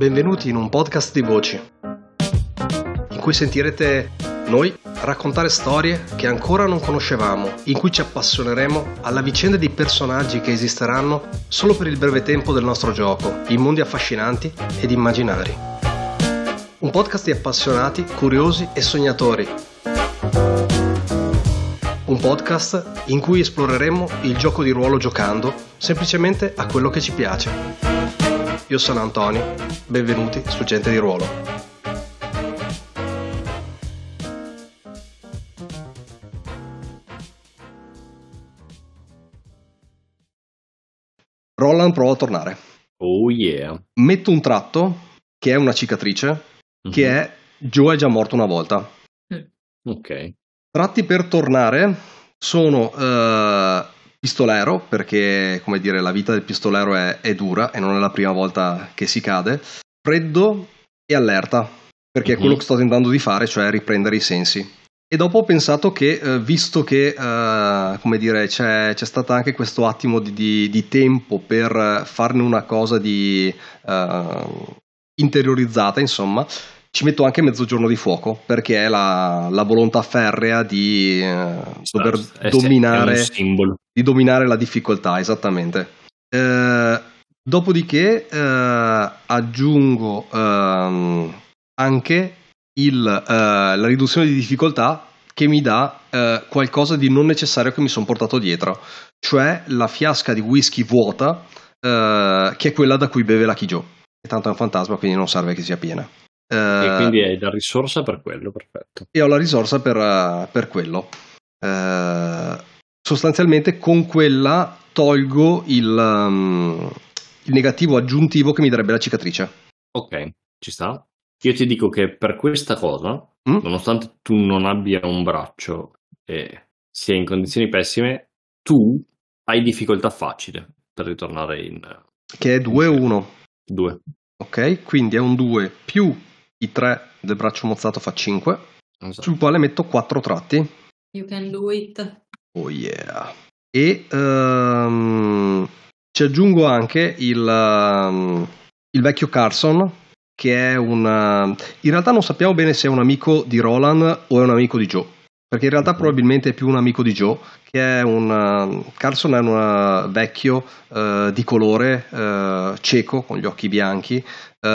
Benvenuti in un podcast di voci, in cui sentirete noi raccontare storie che ancora non conoscevamo, in cui ci appassioneremo alla vicenda di personaggi che esisteranno solo per il breve tempo del nostro gioco, in mondi affascinanti ed immaginari. Un podcast di appassionati, curiosi e sognatori. Un podcast in cui esploreremo il gioco di ruolo giocando semplicemente a quello che ci piace. Io sono Antonio, benvenuti su Gente di Ruolo. Roland prova a tornare. Oh yeah. Metto un tratto che è una cicatrice, che è Joe è già morto una volta. Ok. Tratti per tornare sono pistolero, perché come dire la vita del pistolero è dura e non è la prima volta che si cade, freddo e allerta, perché è quello che sto tentando di fare, cioè riprendere i sensi. E dopo ho pensato che visto che come dire c'è stato anche questo attimo di tempo per farne una cosa di interiorizzata, insomma, ci metto anche mezzogiorno di fuoco, perché è la volontà ferrea di dover dominare la difficoltà, esattamente. Dopodiché aggiungo anche la riduzione di difficoltà che mi dà qualcosa di non necessario che mi sono portato dietro, cioè la fiasca di whisky vuota, che è quella da cui beve Lucky Joe. E tanto è un fantasma, quindi non serve che sia piena. E quindi hai la risorsa per quello, perfetto. E ho la risorsa per quello. Sostanzialmente con quella tolgo il negativo aggiuntivo che mi darebbe la cicatrice. Ok, ci sta. Io ti dico che per questa cosa, nonostante tu non abbia un braccio e sia in condizioni pessime, tu hai difficoltà facile per ritornare in... Che è 2-1. 2. Ok, quindi è un 2 più i 3 del braccio mozzato fa 5, esatto. Sul quale metto 4 tratti. You can do it. Oh yeah. E ci aggiungo anche il vecchio Carson, che è in realtà non sappiamo bene se è un amico di Roland o è un amico di Joe, perché in realtà probabilmente è più un amico di Joe, che è Carson è un vecchio di colore, cieco, con gli occhi bianchi,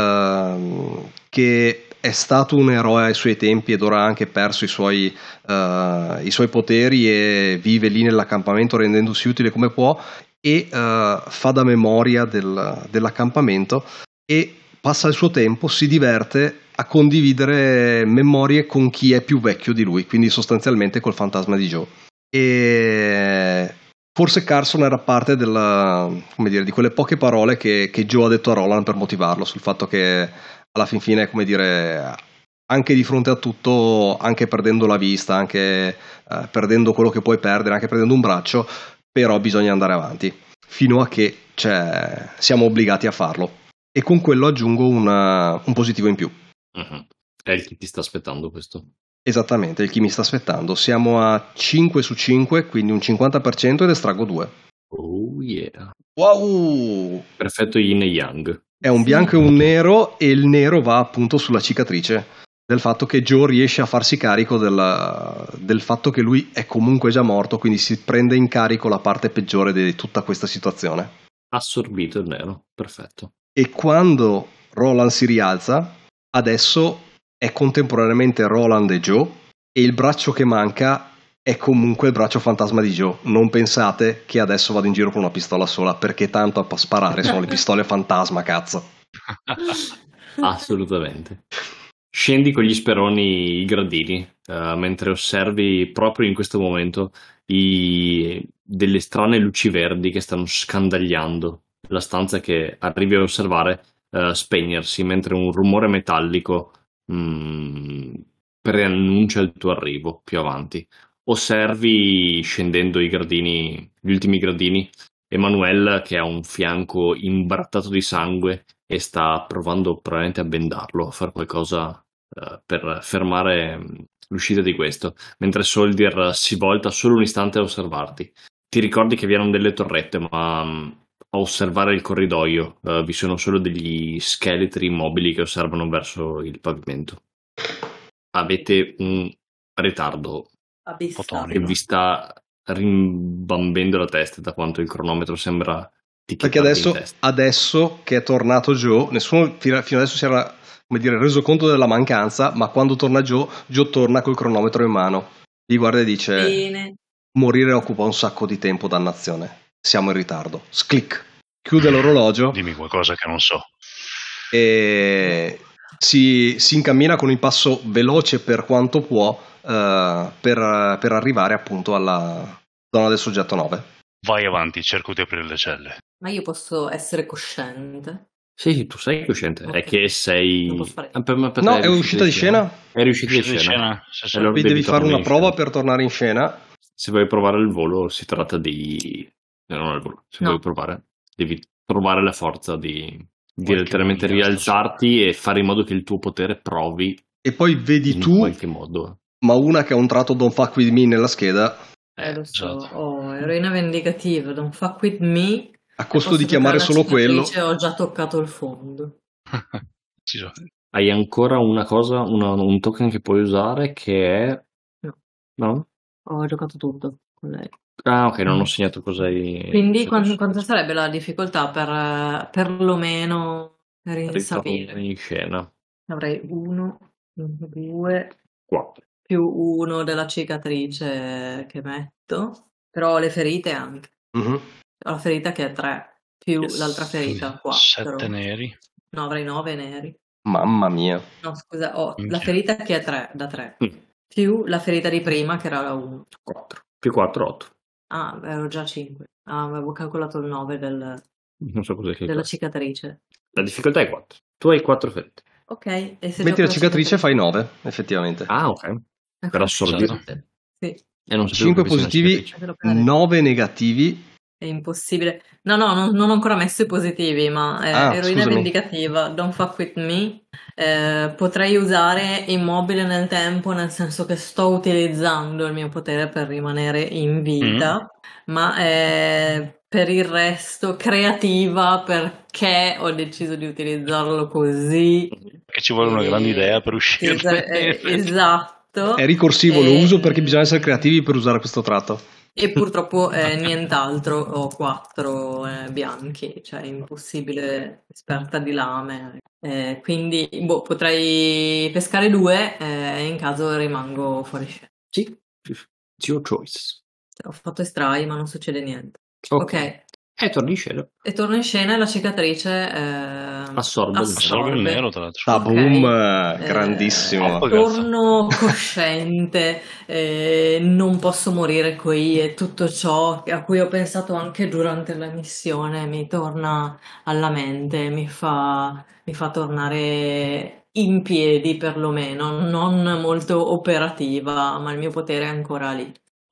che è stato un eroe ai suoi tempi ed ora ha anche perso i suoi poteri e vive lì nell'accampamento rendendosi utile come può e fa da memoria dell'accampamento e passa il suo tempo, si diverte a condividere memorie con chi è più vecchio di lui, quindi sostanzialmente col fantasma di Joe. E forse Carson era parte di quelle poche parole che Joe ha detto a Roland per motivarlo sul fatto che alla fin fine, come dire, anche di fronte a tutto, anche perdendo la vista, anche perdendo quello che puoi perdere, anche perdendo un braccio, però bisogna andare avanti fino a che siamo obbligati a farlo. E con quello aggiungo un positivo in più. È il chi ti sta aspettando questo. Esattamente, il chi mi sta aspettando. Siamo a 5 su 5, quindi un 50% ed estraggo 2. Oh yeah. Wow! Perfetto yin e yang. È un bianco e un nero, e il nero va appunto sulla cicatrice del fatto che Joe riesce a farsi carico del fatto che lui è comunque già morto, quindi si prende in carico la parte peggiore di tutta questa situazione. Assorbito il nero, perfetto. E quando Roland si rialza, adesso è contemporaneamente Roland e Joe, e il braccio che manca è comunque il braccio fantasma di Joe. Non pensate che adesso vado in giro con una pistola sola, perché tanto a sparare sono le pistole fantasma, cazzo. Assolutamente. Scendi con gli speroni i gradini, mentre osservi proprio in questo momento delle strane luci verdi che stanno scandagliando la stanza, che arrivi a osservare spegnersi, mentre un rumore metallico preannuncia il tuo arrivo più avanti. Osservi, scendendo gli ultimi gradini, Emanuele che ha un fianco imbrattato di sangue e sta provando probabilmente a bendarlo, a fare qualcosa per fermare l'uscita di questo, mentre Soldier si volta solo un istante a osservarti. Ti ricordi che vi erano delle torrette, ma a osservare il corridoio. Vi sono solo degli scheletri immobili che osservano verso il pavimento. Avete un ritardo Abissale. che vi sta rimbambendo la testa, da quanto il cronometro sembra Perché ticchettare in testa. adesso che è tornato Joe, nessuno fino adesso si era, come dire, reso conto della mancanza, ma quando torna Joe torna col cronometro in mano. Gli guarda e dice: Bene. morire occupa un sacco di tempo, dannazione. Siamo in ritardo. Sclick. Chiude l'orologio Dimmi qualcosa che non so. e si incammina con il passo veloce per quanto può per arrivare appunto alla zona del soggetto 9. Vai avanti, cerco di aprire le celle. Ma io posso essere cosciente? Sì, tu sei cosciente, è Ok. che sei... Non posso fare- per No, te è uscita di scena. È riuscita di Uscita di scena. scena? Sì, sì. Allora Devi fare tornare una in prova scena. per tornare in scena. Se vuoi provare il volo, si tratta di... non il volo. Se No. vuoi provare, devi trovare la forza di Qualche letteralmente maniera rialzarti e fare in modo che il tuo potere provi E poi vedi in tu, qualche modo. ma una che ha un tratto Don't Fuck With Me nella scheda, Lo so. esatto. Oh, eroina vendicativa, don't fuck with me. a costo Posso di chiamare toccare solo la quello. cicatrice, ho già toccato il fondo. Sì, sì. Hai ancora una cosa, un token che puoi usare che è... No. No? Ho giocato tutto con lei. Ah, ok, non ho segnato cosa hai... Quindi cosa- quanto sarebbe la difficoltà per perlomeno ritorno rinsavire? in scena. Avrei 1, 2, 4. più 1 della cicatrice che metto, però ho le ferite anche. Mhm. Ho la ferita che è 3, più Yes. l'altra ferita 4. 7 neri. No, avrei 9 neri. Mamma mia. No, scusa, ho la Minchia. ferita che è 3, da 3, Mm. più la ferita di prima che era la 1. 4. Più 4, 8. Ah, ero già 5. Ah, avevo calcolato il 9 Non so cos'è che della fa. cicatrice. La difficoltà è 4. Tu hai 4 ferite. Ok, e se Metti gioco la cicatrice fai 9, effettivamente. Ah, ok. Ecco, Per assorbire. Esatto. Sì, E non sapevo 5 che avessi una positivi, cicatrice. te lo prendo. 9 negativi. È impossibile. No, non ho ancora messo i positivi, ma eroina Scusami. vendicativa, don't fuck with me. Potrei usare immobile nel tempo, nel senso che sto utilizzando il mio potere per rimanere in vita, ma per il resto creativa perché ho deciso di utilizzarlo così. Che ci vuole una grande idea per uscire. Esatto. È ricorsivo, lo E- uso perché bisogna essere creativi per usare questo tratto. E purtroppo nient'altro, ho 4 bianchi, cioè impossibile, esperta di lame. Quindi potrei pescare 2 in caso rimango fuori scena. Sì. It's your choice. Ho fatto estrai ma non succede niente. Ok. Ok, E torni in scena. e torno in scena e la cicatrice Assorbe il Assorbe il nero, tra l'altro. Ah, Ok. boom, Eh, grandissimo. Oh, Torno cosciente, non posso morire qui e tutto ciò a cui ho pensato anche durante la missione mi torna alla mente, mi fa tornare in piedi perlomeno, non molto operativa, ma il mio potere è ancora lì.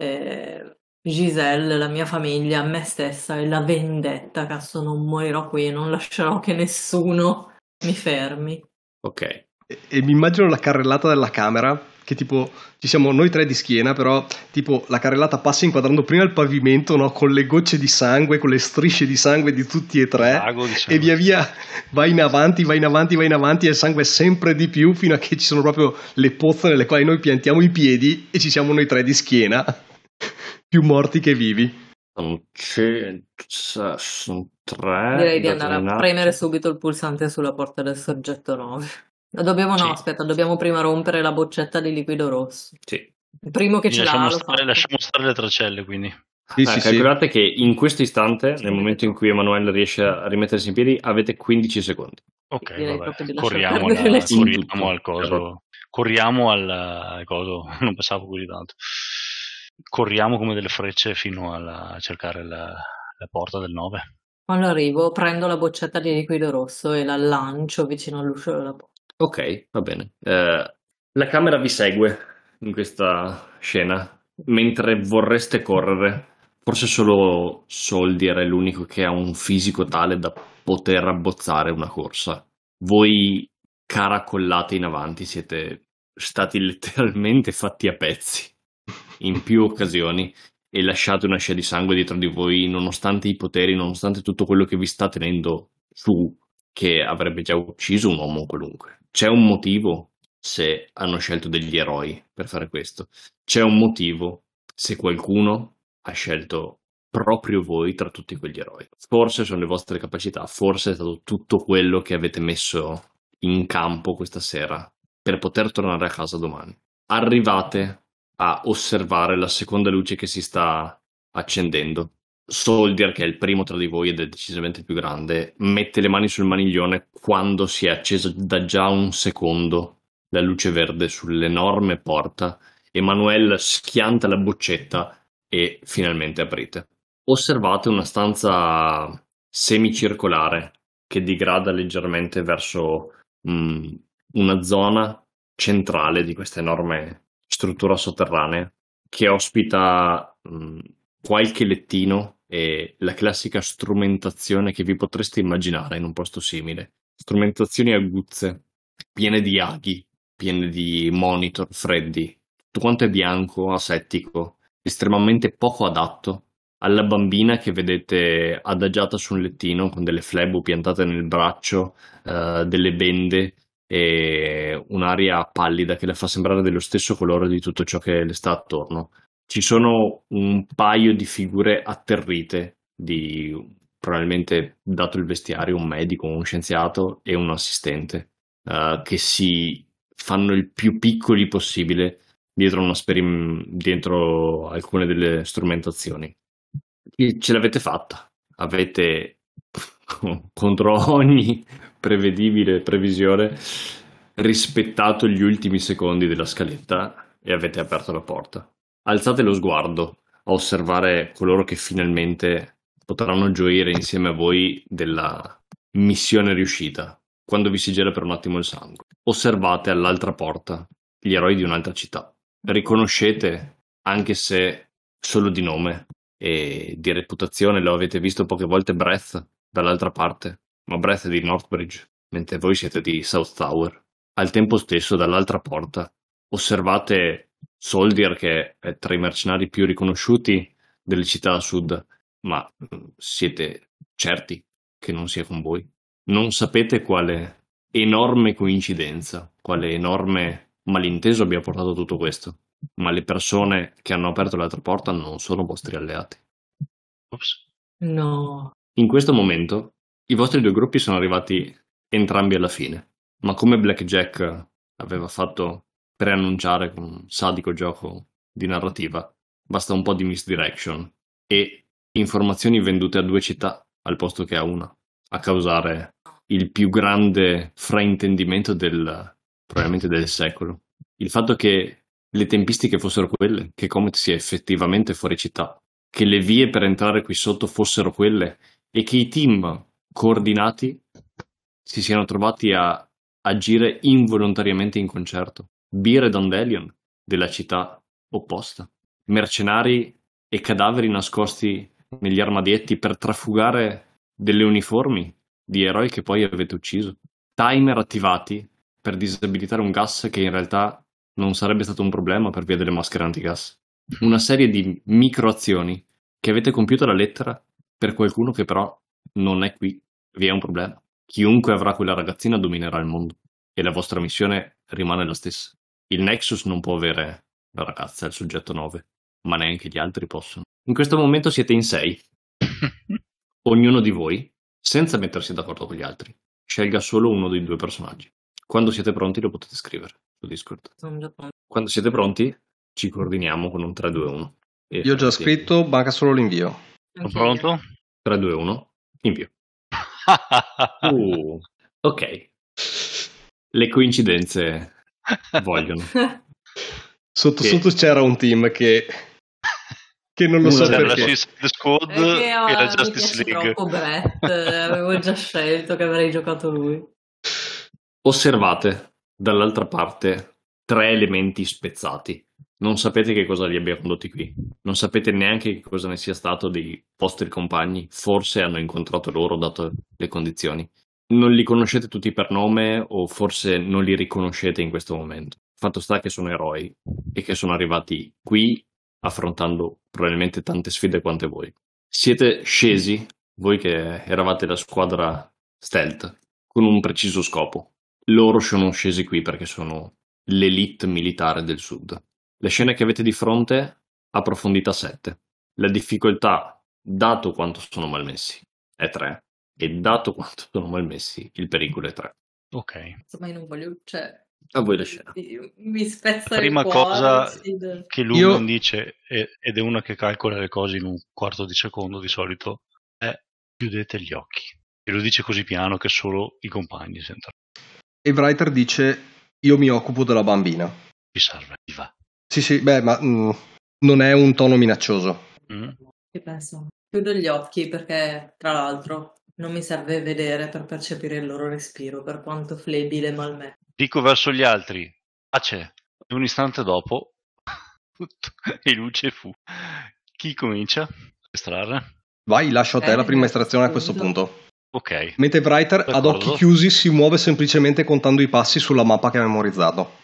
Giselle, la mia famiglia, me stessa e la vendetta, cazzo, non morirò qui e non lascerò che nessuno mi fermi. Ok. E mi immagino la carrellata della camera, che tipo, ci siamo noi 3 di schiena, però tipo la carrellata passa inquadrando prima il pavimento, no? Con le gocce di sangue, con le strisce di sangue di tutti e 3, Lago, diciamo. e via via vai in avanti e il sangue è sempre di più fino a che ci sono proprio le pozze nelle quali noi piantiamo i piedi e ci siamo noi 3 di schiena, più morti che vivi. Sono 3. Direi di andare a premere subito il pulsante sulla porta del soggetto 9. Dobbiamo, Sì. no, aspetta, dobbiamo prima rompere la boccetta di liquido rosso. Sì. Il primo che ce l'ha lo fa. Lasciamo stare le tracelle, quindi. Sì. Calcolate che in questo istante, nel momento in cui Emanuele riesce a rimettersi in piedi, avete 15 secondi. Ok, Direi vabbè. proprio di lasciar Corriamo, perdere le corriamo al coso. Corriamo al coso. Non pensavo così tanto. Corriamo come delle frecce fino a cercare la porta del 9. Quando arrivo, prendo la boccetta di liquido rosso e la lancio vicino all'uscio della porta. Ok, va bene. La camera vi segue in questa scena, mentre vorreste correre. Forse solo Soldier è l'unico che ha un fisico tale da poter abbozzare una corsa. Voi caracollate in avanti, siete stati letteralmente fatti a pezzi in più occasioni e lasciate una scia di sangue dietro di voi, nonostante i poteri, nonostante tutto quello che vi sta tenendo su, che avrebbe già ucciso un uomo qualunque. C'è un motivo se hanno scelto degli eroi per fare questo. C'è un motivo se qualcuno ha scelto proprio voi tra tutti quegli eroi. Forse sono le vostre capacità, forse è stato tutto quello che avete messo in campo questa sera per poter tornare a casa domani. Arrivate a osservare la seconda luce che si sta accendendo. Soldier, che è il primo tra di voi ed è decisamente più grande, mette le mani sul maniglione quando si è accesa da già un secondo la luce verde sull'enorme porta. Emanuele schianta la boccetta e finalmente aprite. Osservate una stanza semicircolare che digrada leggermente verso una zona centrale di questa enorme struttura sotterranea che ospita qualche lettino e la classica strumentazione che vi potreste immaginare in un posto simile. Strumentazioni aguzze, piene di aghi, piene di monitor freddi. Tutto quanto è bianco, asettico, estremamente poco adatto alla bambina che vedete adagiata su un lettino con delle flebo piantate nel braccio, delle bende e un'aria pallida che la fa sembrare dello stesso colore di tutto ciò che le sta attorno. Ci sono un paio di figure atterrite di probabilmente, dato il vestiario, un medico, un scienziato e un assistente che si fanno il più piccoli possibile dietro dietro alcune delle strumentazioni. Ce l'avete fatta, avete contro ogni prevedibile previsione rispettato gli ultimi secondi della scaletta e avete aperto la porta. Alzate lo sguardo a osservare coloro che finalmente potranno gioire insieme a voi della missione riuscita. Quando vi si gela per un attimo il sangue, osservate all'altra porta gli eroi di un'altra città. Riconoscete, anche se solo di nome e di reputazione, lo avete visto poche volte, Breath dall'altra parte, ma Breath è di Northbridge, mentre voi siete di South Tower. Al tempo stesso, dall'altra porta, osservate Soldier, che è tra i mercenari più riconosciuti delle città a sud, ma siete certi che non sia con voi. Non sapete quale enorme coincidenza, quale enorme malinteso abbia portato tutto questo, ma le persone che hanno aperto l'altra porta non sono vostri alleati. Ops. No. In questo momento i vostri due gruppi sono arrivati entrambi alla fine, ma come Blackjack aveva fatto preannunciare con un sadico gioco di narrativa, basta un po' di misdirection e informazioni vendute a due città al posto che a una, a causare il più grande fraintendimento probabilmente del secolo. Il fatto che le tempistiche fossero quelle, che Comet sia effettivamente fuori città, che le vie per entrare qui sotto fossero quelle e che i team coordinati si siano trovati a agire involontariamente in concerto. Beer e Dandelion della città opposta, mercenari e cadaveri nascosti negli armadietti per trafugare delle uniformi di eroi che poi avete ucciso, timer attivati per disabilitare un gas che in realtà non sarebbe stato un problema per via delle maschere antigas. Una serie di microazioni che avete compiuto alla lettera per qualcuno che però non è qui. Vi è un problema. Chiunque avrà quella ragazzina dominerà il mondo e la vostra missione rimane la stessa. Il Nexus non può avere la ragazza, il soggetto 9, ma neanche gli altri possono. In questo momento siete in 6. Ognuno di voi, senza mettersi d'accordo con gli altri, scelga solo uno dei due personaggi. Quando siete pronti lo potete scrivere su Discord. Sono già pronto. Quando siete pronti ci coordiniamo con un 3-2-1. Io ho già scritto, manca solo l'invio. Sono pronto? 3-2-1, invio. Ok. Le coincidenze vogliono. Sotto c'era un team che non lo so C'era la perché. Suicide Squad Perché e la mi Justice piace League. troppo Brett, avevo già scelto che avrei giocato lui. Osservate dall'altra parte 3 elementi spezzati. Non sapete che cosa li abbia condotti qui. Non sapete neanche che cosa ne sia stato dei vostri compagni. Forse hanno incontrato loro, dato le condizioni. Non li conoscete tutti per nome o forse non li riconoscete in questo momento. Fatto sta che sono eroi e che sono arrivati qui affrontando probabilmente tante sfide quante voi. Siete scesi, voi che eravate la squadra stealth, con un preciso scopo. Loro sono scesi qui perché sono l'elite militare del sud. Le scene che avete di fronte a profondità 7. La difficoltà, dato quanto sono malmessi, è 3. E dato quanto sono malmessi, il pericolo è 3. Ok. Insomma, io non voglio, cioè, A voi la scena. mi spezza il Prima cuore. cosa sì, che Lumen dice, ed è una che calcola le cose in un quarto di secondo di solito, è chiudete gli occhi. E lo dice così piano che solo i compagni sentono. E Writer dice: io mi occupo della bambina. Ci serve, viva. Sì, beh, ma non è un tono minaccioso. Io penso, chiudo gli occhi perché, tra l'altro, non mi serve vedere per percepire il loro respiro, per quanto flebile e malme. Dico verso gli altri, pace. E un istante dopo, tutto e luce fu. Chi comincia a estrarre? Vai, lascio a te la prima estrazione a questo punto. Ok. Mentre Writer ad D'accordo. occhi chiusi si muove semplicemente contando i passi sulla mappa che ha memorizzato.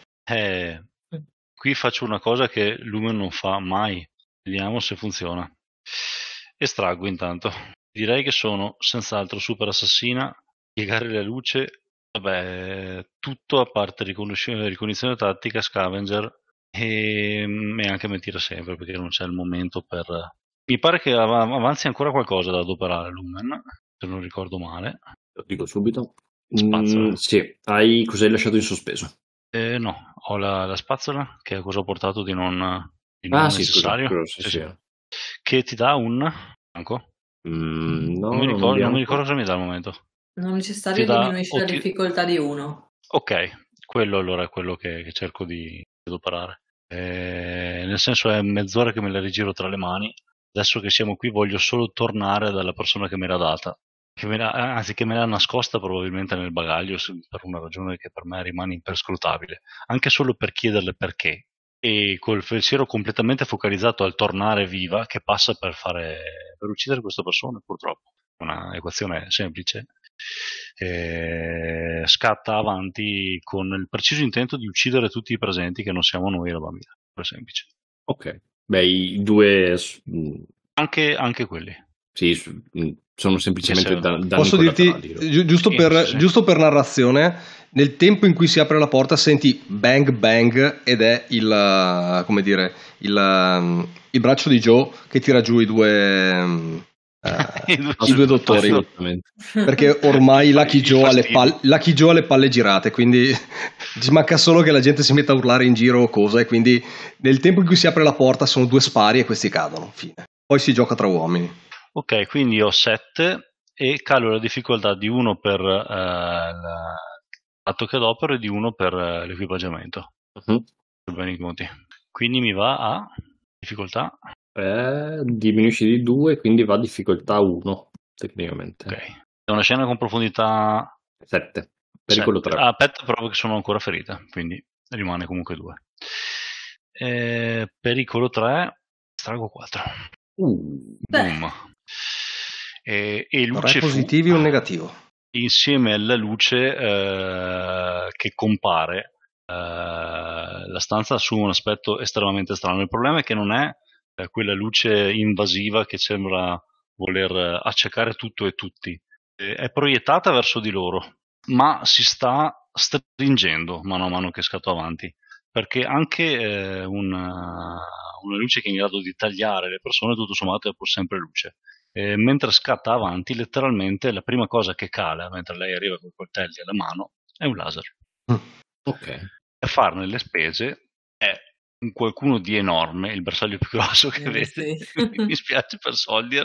Qui faccio una cosa che Lumen non fa mai. Vediamo se funziona. Estraggo intanto. Direi che sono senz'altro super assassina, piegare la luce, vabbè, tutto a parte ricognizione tattica, scavenger e anche mentire sempre perché non c'è il momento per... Mi pare che avanzi ancora qualcosa da adoperare Lumen, se non ricordo male. Lo dico subito. Spazzola. Sì, cos'hai lasciato in sospeso? No, ho la spazzola, che è cosa ho portato di non Sì, necessario. scusa, sì. Che ti dà un bianco? No, non mi ricordo cosa mi dà al momento. Non necessario, Ti dà- diminuisce la difficoltà di 1. Ok, quello allora è quello che cerco di adoperare. Nel senso è mezz'ora che me la rigiro tra le mani. Adesso che siamo qui voglio solo tornare dalla persona che me l'ha data. Anzi, che me l'ha nascosta probabilmente nel bagaglio per una ragione che per me rimane imperscrutabile. Anche solo per chiederle perché. E col pensiero completamente focalizzato al tornare viva, che passa per uccidere questa persona, purtroppo. Una equazione semplice. Scatta avanti con il preciso intento di uccidere tutti i presenti che non siamo noi e la bambina. Per semplice. Ok. Beh, i due... Anche quelli. Sì, sono semplicemente danni Posso dirti, collaterali. giusto per narrazione, nel tempo in cui si apre la porta senti bang bang ed è il braccio di Joe che tira giù i due dottori, perché ormai Lucky Joe ha le palle girate, quindi ci manca solo che la gente si metta a urlare in giro o cosa, e quindi nel tempo in cui si apre la porta sono due spari e questi cadono, fine. Poi si gioca tra uomini. Ok, quindi ho 7 e calo la difficoltà di 1 per l'atto che adopero e di 1 per l'equipaggiamento. Bene i conti. Quindi mi va a difficoltà? Diminuisci di 2, quindi va a difficoltà 1, tecnicamente. Ok. È una scena con profondità 7. Pericolo 3. Aspetta, però che sono ancora ferita, quindi rimane comunque 2. Pericolo 3, estraggo 4. Boom. E luce 3 positivi e un negativo. Insieme alla luce che compare, la stanza assume un aspetto estremamente strano. Il problema è che non è quella luce invasiva che sembra voler accecare tutto e tutti. È proiettata verso di loro, ma si sta stringendo mano a mano che scatto avanti, perché anche una luce che è in grado di tagliare le persone tutto sommato è pur sempre luce. Mentre scatta avanti, letteralmente la prima cosa che cala mentre lei arriva con i coltelli alla mano è un laser. Ok. A farne le spese è qualcuno di enorme, il bersaglio più grosso che vede. Sì. Mi spiace per Soldier,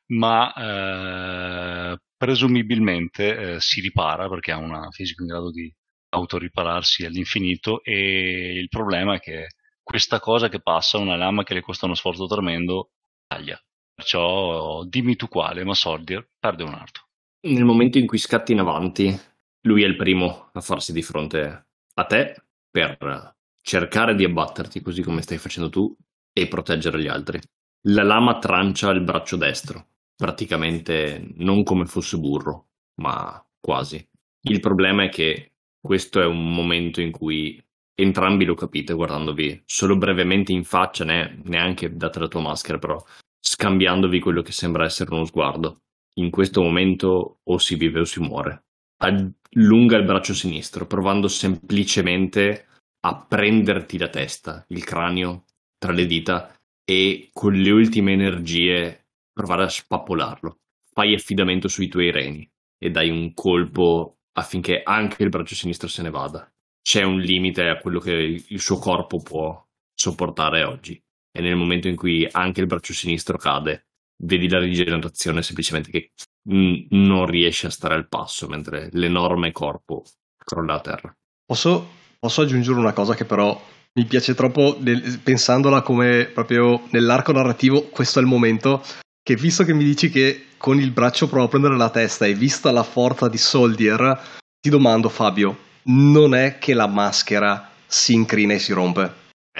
ma presumibilmente si ripara perché ha un fisico in grado di autoripararsi all'infinito, e il problema è che questa cosa che passa, una lama che le costa uno sforzo tremendo, taglia. Perciò dimmi tu quale, ma Soldier perde un arto. Nel momento in cui scatti in avanti, lui è il primo a farsi di fronte a te per cercare di abbatterti così come stai facendo tu e proteggere gli altri. La lama trancia il braccio destro, praticamente non come fosse burro, ma quasi. Il problema è che questo è un momento in cui entrambi lo capite guardandovi solo brevemente in faccia, neanche data la tua maschera, però scambiandovi quello che sembra essere uno sguardo. In questo momento o si vive o si muore. Allunga il braccio sinistro, provando semplicemente a prenderti la testa, il cranio tra le dita e con le ultime energie provare a spappolarlo. Fai affidamento sui tuoi reni e dai un colpo affinché anche il braccio sinistro se ne vada. C'è un limite a quello che il suo corpo può sopportare oggi. E nel momento in cui anche il braccio sinistro cade, vedi la rigenerazione semplicemente che non riesce a stare al passo mentre l'enorme corpo crolla a terra. Posso aggiungere una cosa che però mi piace troppo pensandola come proprio nell'arco narrativo. Questo è il momento che, visto che mi dici che con il braccio provo a prendere la testa e vista la forza di Soldier, ti domando, Fabio, non è che la maschera si incrina e si rompe?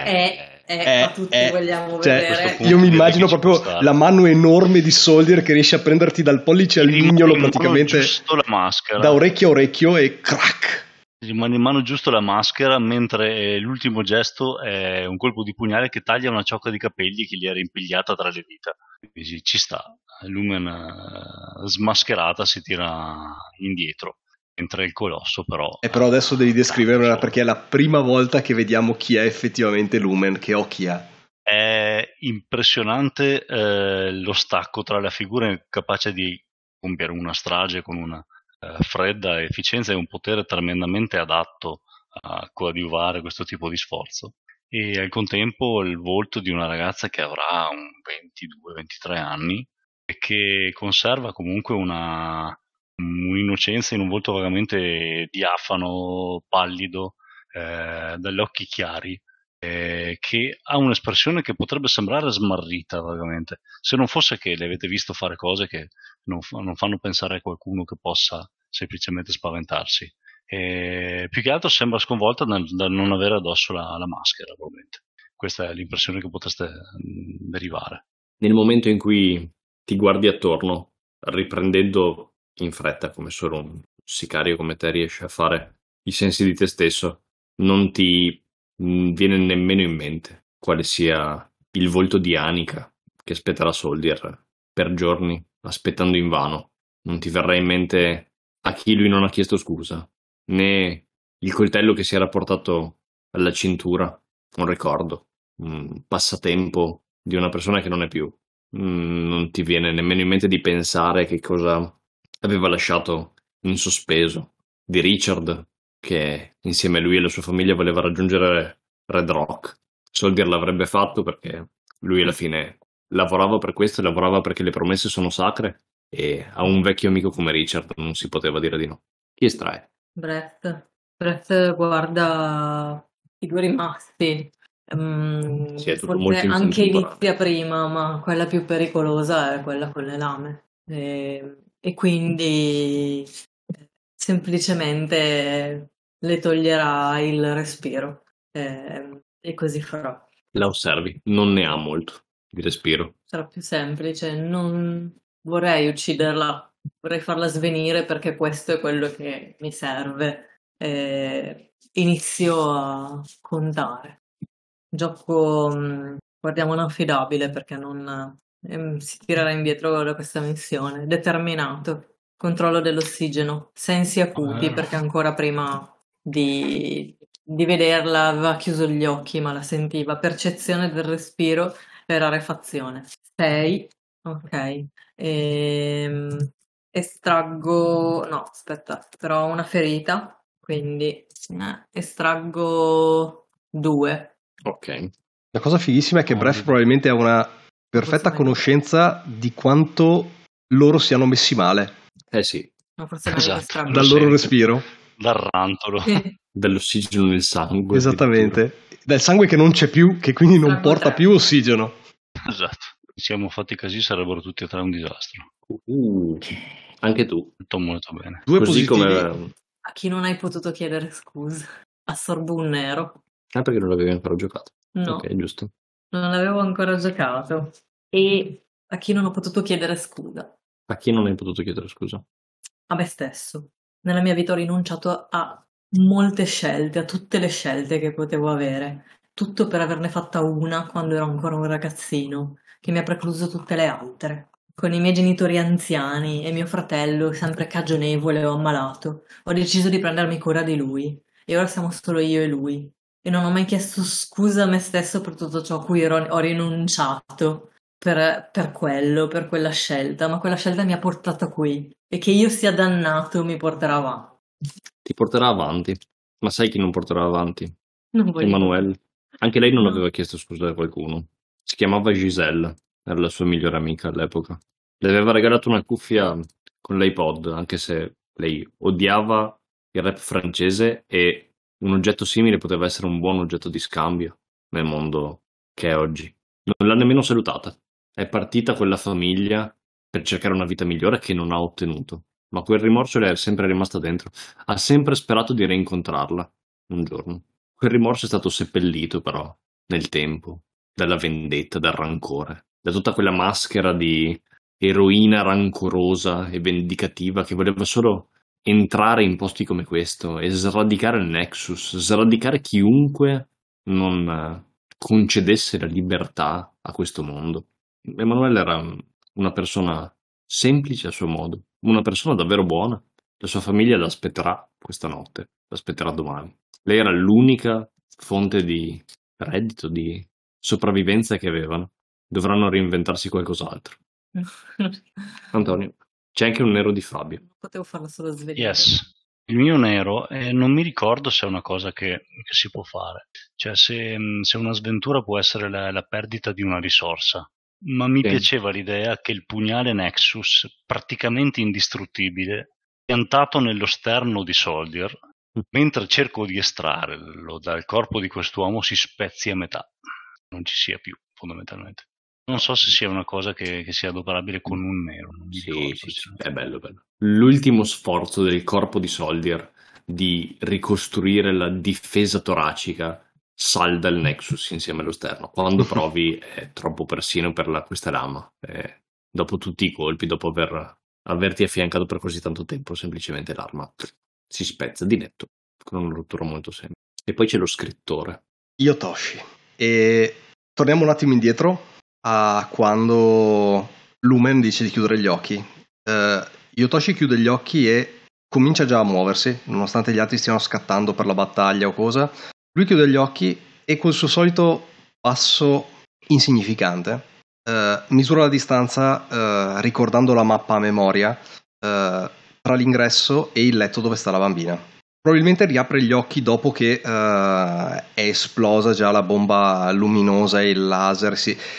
Ma tutti vogliamo cioè, vedere. io mi immagino proprio la mano enorme di Soldier che riesce a prenderti dal pollice al mignolo praticamente giusto la maschera, da orecchio a orecchio, e crack. Rimane in mano giusto la maschera, mentre l'ultimo gesto è un colpo di pugnale che taglia una ciocca di capelli che gli era impigliata tra le dita. Quindi ci sta. Lumen smascherata si tira indietro, mentre il colosso però... Però adesso devi descriverla, perché è la prima volta che vediamo chi è effettivamente Lumen, che occhi ha. È impressionante lo stacco tra la figura capace di compiere una strage con una fredda efficienza e un potere tremendamente adatto a coadiuvare questo tipo di sforzo, e al contempo il volto di una ragazza che avrà un 22-23 anni e che conserva comunque un'innocenza in un volto vagamente diafano, pallido, dagli occhi chiari, che ha un'espressione che potrebbe sembrare smarrita vagamente, se non fosse che le avete visto fare cose che non fanno pensare a qualcuno che possa semplicemente spaventarsi. Più che altro sembra sconvolta dal non avere addosso la maschera, probabilmente. Questa è l'impressione che potreste derivare. Nel momento in cui ti guardi attorno, riprendendo in fretta, come solo un sicario come te riesce a fare, i sensi di te stesso, non ti viene nemmeno in mente quale sia il volto di Anika che aspetterà Soldier per giorni, aspettando invano. Non ti verrà in mente a chi lui non ha chiesto scusa, né il coltello che si era portato alla cintura, un ricordo, un passatempo di una persona che non è più. Non ti viene nemmeno in mente di pensare che cosa aveva lasciato in sospeso, di Richard che insieme a lui e la sua famiglia voleva raggiungere Red Rock. Soldier l'avrebbe fatto perché lui alla fine lavorava per questo e lavorava perché le promesse sono sacre, e a un vecchio amico come Richard non si poteva dire di no. Chi estrae? Brett guarda i due rimasti. Sì, è tutto Forse molto anche incontemporaneo. inizia prima, ma quella più pericolosa è quella con le lame. E quindi semplicemente le toglierà il respiro. E così farò. La osservi, non ne ha molto di respiro. Sarà più semplice. Non vorrei ucciderla, vorrei farla svenire perché questo è quello che mi serve. Inizio a contare. Gioco, guardiamo l'affidabile perché non si tirerà indietro da questa missione. Determinato. Controllo dell'ossigeno. Sensi acuti perché ancora prima di vederla aveva chiuso gli occhi ma la sentiva. Percezione del respiro e rarefazione. 6. Ok. Estraggo... No, aspetta, però ho una ferita, quindi estraggo 2. Ok. La cosa fighissima è che Bref probabilmente ha una perfetta conoscenza di quanto loro siano messi male. Sì. No, forse è meglio che estraggo. Dal loro respiro. Dal rantolo. Sì. Dall'ossigeno nel sangue. Esattamente. Dal sangue che non c'è più, che quindi non porta più ossigeno. Esatto. Siamo fatti così, sarebbero tutti e tre un disastro. Anche tu. Tutto molto bene. Due Così positivi. come... A chi non hai potuto chiedere scusa? Assorbo un nero. perché non l'avevi ancora giocato. No, Ok, giusto. non l'avevo ancora giocato. E a chi non ho potuto chiedere scusa? A chi non hai potuto chiedere scusa? A me stesso. Nella mia vita ho rinunciato a molte scelte, a tutte le scelte che potevo avere. Tutto per averne fatta una quando ero ancora un ragazzino, che mi ha precluso tutte le altre. Con i miei genitori anziani e mio fratello sempre cagionevole o ammalato, ho deciso di prendermi cura di lui. E ora siamo solo io e lui. E non ho mai chiesto scusa a me stesso per tutto ciò a cui ho rinunciato per quello, per quella scelta, ma quella scelta mi ha portato qui. E che io sia dannato mi porterà avanti. Ti porterà avanti. Ma sai chi non porterà avanti? Non voglio. Emanuele. Anche lei non No. aveva chiesto scusa a qualcuno. Si chiamava Giselle, era la sua migliore amica all'epoca. Le aveva regalato una cuffia con l'iPod, anche se lei odiava il rap francese e un oggetto simile poteva essere un buon oggetto di scambio nel mondo che è oggi. Non l'ha nemmeno salutata. È partita quella famiglia per cercare una vita migliore che non ha ottenuto. Ma quel rimorso le è sempre rimasto dentro. Ha sempre sperato di rincontrarla un giorno. Quel rimorso è stato seppellito però nel tempo, dalla vendetta, dal rancore, da tutta quella maschera di eroina rancorosa e vendicativa che voleva solo entrare in posti come questo e sradicare il Nexus, sradicare chiunque non concedesse la libertà a questo mondo. Emanuele era una persona semplice a suo modo, una persona davvero buona. La sua famiglia l'aspetterà questa notte, l'aspetterà domani. Lei era l'unica fonte di reddito, di sopravvivenza che avevano. Dovranno reinventarsi qualcos'altro. Antonio, c'è anche un nero di Fabio. Non potevo farlo solo svegliare. Yes. Il mio nero, non mi ricordo se è una cosa che si può fare, cioè se una sventura può essere la perdita di una risorsa, ma mi Sì. piaceva l'idea che il pugnale Nexus, praticamente indistruttibile, piantato nello sterno di Soldier, mentre cerco di estrarlo dal corpo di quest'uomo, si spezzi a metà, non ci sia più, fondamentalmente. Non so se sia una cosa che sia adoperabile con un nero. Non mi ricordo, Sì, è bello. L'ultimo sforzo del corpo di Soldier di ricostruire la difesa toracica salda il Nexus insieme allo sterno. Quando provi è troppo persino per questa lama. Dopo tutti i colpi, dopo averti affiancato per così tanto tempo, semplicemente l'arma si spezza di netto, con una rottura molto semplice. E poi c'è lo scrittore. Yotoshi. E torniamo un attimo indietro a quando Lumen dice di chiudere gli occhi. Yotoshi chiude gli occhi e comincia già a muoversi, nonostante gli altri stiano scattando per la battaglia o cosa. Lui chiude gli occhi e col suo solito passo insignificante misura la distanza ricordando la mappa a memoria tra l'ingresso e il letto dove sta la bambina. Probabilmente riapre gli occhi dopo che è esplosa già la bomba luminosa e il laser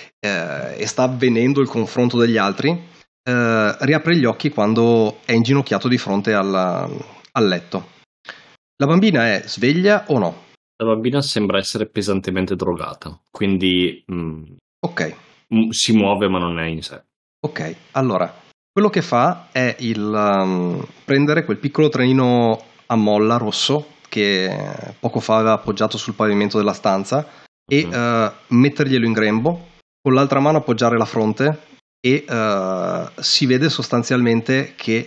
e sta avvenendo il confronto degli altri. Riapre gli occhi quando è inginocchiato di fronte al letto. La bambina è sveglia o no? La bambina sembra essere pesantemente drogata, quindi Ok. Si muove ma non è in sé. Ok, allora, quello che fa è prendere quel piccolo trenino a molla rosso che poco fa aveva appoggiato sul pavimento della stanza e metterglielo in grembo, con l'altra mano appoggiare la fronte e si vede sostanzialmente che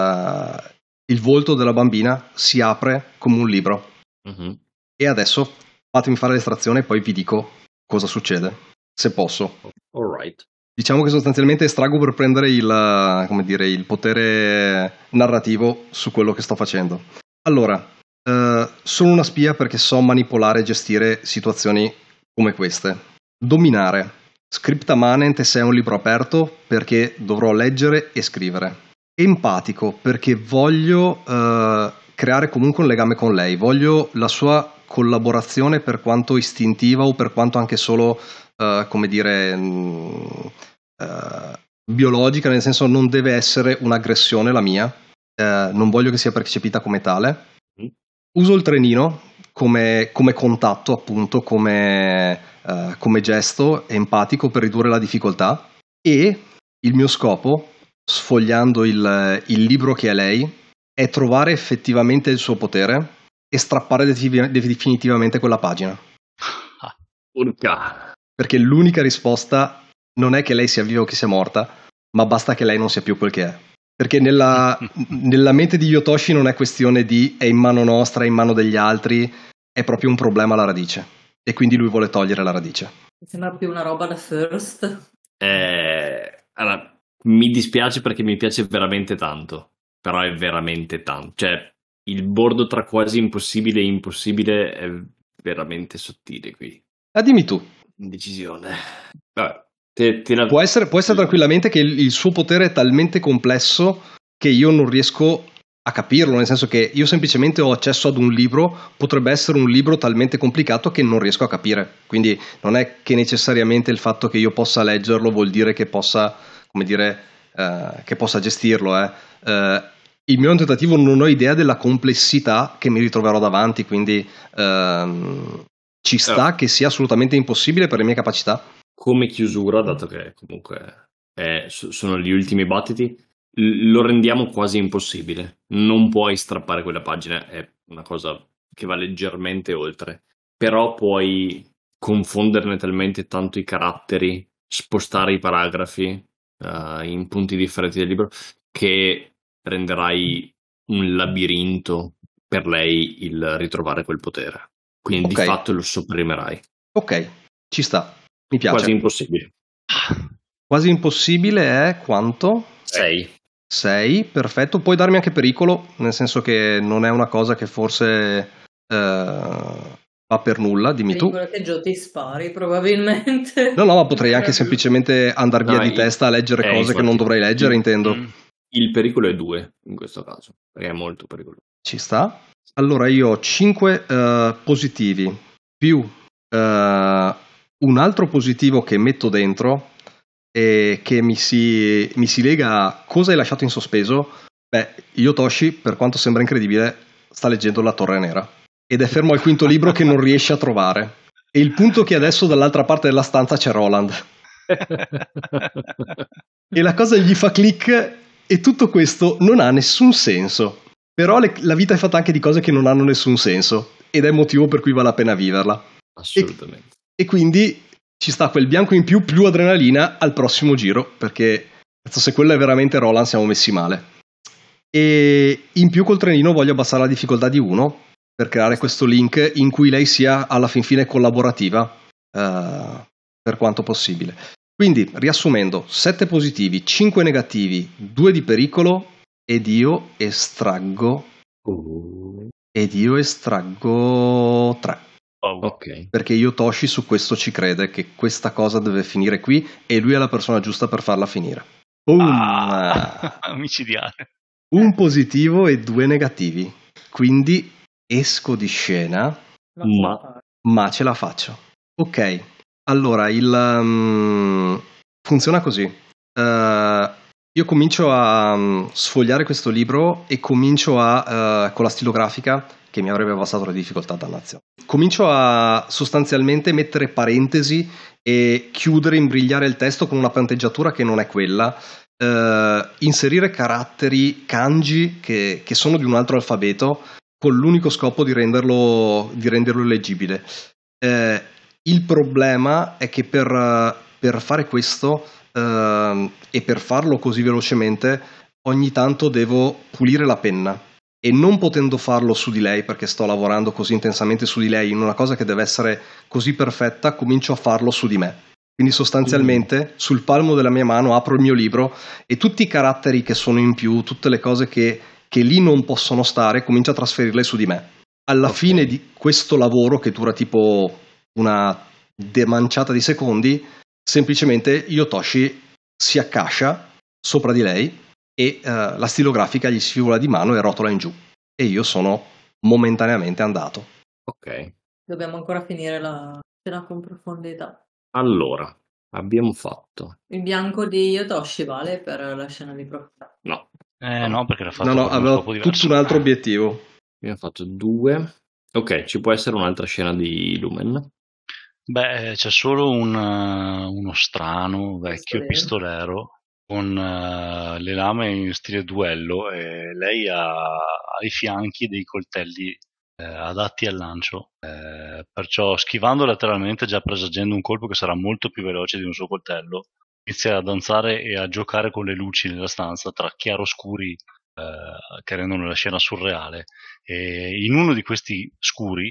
il volto della bambina si apre come un libro. E adesso fatemi fare l'estrazione e poi vi dico cosa succede, se posso. Alright. Diciamo che sostanzialmente estraggo per prendere il potere narrativo su quello che sto facendo. Allora, sono una spia perché so manipolare e gestire situazioni come queste. Dominare. Scripta manent se è un libro aperto perché dovrò leggere e scrivere. Empatico perché voglio creare comunque un legame con lei. Voglio la sua collaborazione per quanto istintiva o per quanto anche solo biologica, nel senso non deve essere un'aggressione la mia, non voglio che sia percepita come tale. Uso il trenino come contatto, appunto, come gesto empatico per ridurre la difficoltà, e il mio scopo, sfogliando il libro che è lei, è trovare effettivamente il suo potere e strappare definitivamente quella pagina. Urca. Perché l'unica risposta non è che lei sia viva o che sia morta, ma basta che lei non sia più quel che è. Perché nella mente di Yotoshi non è questione di è in mano nostra, è in mano degli altri, è proprio un problema alla radice. E quindi lui vuole togliere la radice. Mi sembra più una roba da first. Allora, mi dispiace perché mi piace veramente tanto, però è veramente tanto. Cioè, il bordo tra quasi impossibile e impossibile è veramente sottile qui. Dimmi tu. Indecisione. Vabbè, Può essere tranquillamente che il suo potere è talmente complesso che io non riesco a capirlo, nel senso che io semplicemente ho accesso ad un libro, potrebbe essere un libro talmente complicato che non riesco a capire. Quindi non è che necessariamente il fatto che io possa leggerlo vuol dire che possa, come dire, che possa gestirlo. Il mio tentativo non ho idea della complessità che mi ritroverò davanti, quindi ci sta che sia assolutamente impossibile per le mie capacità. Come chiusura, dato che comunque sono gli ultimi battiti, lo rendiamo quasi impossibile. Non puoi strappare quella pagina, è una cosa che va leggermente oltre. Però puoi confonderne talmente tanto i caratteri, spostare i paragrafi in punti differenti del libro, che renderai un labirinto per lei il ritrovare quel potere. Quindi di fatto lo sopprimerai. Ok, ci sta. Mi piace. Quasi impossibile. Quasi impossibile è quanto? 6, perfetto. Puoi darmi anche pericolo, nel senso che non è una cosa che forse va per nulla, dimmi tu. Pericolo che Gio ti spari, probabilmente. No, ma potrei anche semplicemente andare via di testa a leggere cose infatti, che non dovrei leggere, intendo. Il pericolo è 2 in questo caso, perché è molto pericoloso. Ci sta. Allora io ho 5 positivi più un altro positivo che metto dentro e che mi si lega a cosa hai lasciato in sospeso. Beh, Yotoshi, per quanto sembra incredibile, sta leggendo La Torre Nera ed è fermo al quinto libro che non riesce a trovare. E il punto è che adesso dall'altra parte della stanza c'è Roland. E la cosa gli fa click e tutto questo non ha nessun senso. Però la vita è fatta anche di cose che non hanno nessun senso ed è il motivo per cui vale la pena viverla. Assolutamente. E quindi ci sta quel bianco in più adrenalina al prossimo giro, perché se quello è veramente Roland siamo messi male. E in più col trenino voglio abbassare la difficoltà di 1 per creare questo link in cui lei sia alla fin fine collaborativa per quanto possibile. Quindi riassumendo, 7 positivi, 5 negativi, 2 di pericolo ed io estraggo 3. Ok. Perché Yotoshi su questo ci crede che questa cosa deve finire qui e lui è la persona giusta per farla finire. Micidiale. Un positivo e 2 negativi. Quindi esco di scena, ma ce la faccio. Ok, allora funziona così. Io comincio a sfogliare questo libro e comincio con la stilografica, che mi avrebbe abbassato le difficoltà, dannazione. Comincio a sostanzialmente mettere parentesi e chiudere, imbrigliare il testo con una punteggiatura che non è quella, inserire caratteri kanji che sono di un altro alfabeto con l'unico scopo di renderlo leggibile. Il problema è che per fare questo e per farlo così velocemente ogni tanto devo pulire la penna e non potendo farlo su di lei perché sto lavorando così intensamente su di lei in una cosa che deve essere così perfetta, comincio a farlo su di me. Quindi sostanzialmente sul palmo della mia mano apro il mio libro e tutti i caratteri che sono in più, tutte le cose che lì non possono stare, comincio a trasferirle su di me. Alla fine di questo lavoro, che dura tipo una demanciata di secondi, semplicemente Yotoshi si accascia sopra di lei e la stilografica gli scivola di mano e rotola in giù. E io sono momentaneamente andato. Ok. Dobbiamo ancora finire la scena con profondità. Allora, abbiamo fatto... Il bianco di Yotoshi vale per la scena di profondità? No. No, perché l'ha fatto No, per uno avevo scopo diverso. tutto un altro obiettivo. Abbiamo fatto 2. Ok, ci può essere un'altra scena di Lumen? Beh, c'è solo uno strano vecchio pistolero con le lame in stile duello e lei ha ai fianchi dei coltelli adatti al lancio, perciò schivando lateralmente, già presagendo un colpo che sarà molto più veloce di un suo coltello, inizia a danzare e a giocare con le luci nella stanza tra chiaroscuri che rendono la scena surreale. E in uno di questi scuri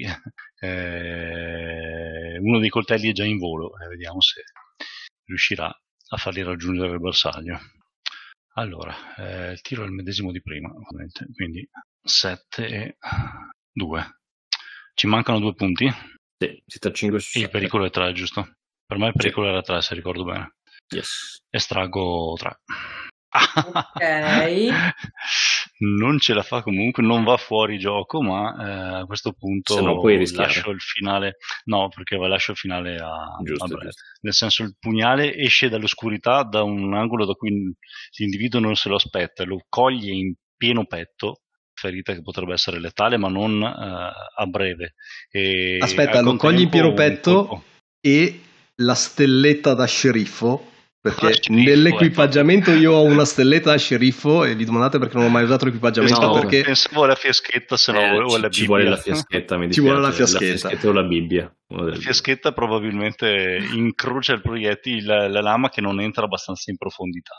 uno dei coltelli è già in volo, vediamo se riuscirà a farli raggiungere il bersaglio. Allora, il tiro è il medesimo di prima, quindi 7 e 2. Ci mancano 2 punti. Sì, si sta 5 su 7. Il pericolo è 3, giusto? Per me il pericolo era 3, se ricordo bene. Yes. Estraggo 3. Ok. Non ce la fa comunque, non va fuori gioco, ma a questo punto se no puoi rischiare. lascio il finale. No, perché lascio il finale a Giusto. Nel senso, il pugnale esce dall'oscurità da un angolo da cui l'individuo non se lo aspetta, lo coglie in pieno petto, ferita che potrebbe essere letale, ma non a breve. E aspetta, lo cogli in pieno petto e la stelletta da sceriffo, perché nell'equipaggiamento io ho una stelletta da sceriffo e vi domandate perché non ho mai usato l'equipaggiamento. No, perché pensavo alla fiaschetta, se no o la ci vuole la fiaschetta, mi ci vuole la fiaschetta o la Bibbia. La fiaschetta probabilmente incrocia il proiettile, la lama che non entra abbastanza in profondità.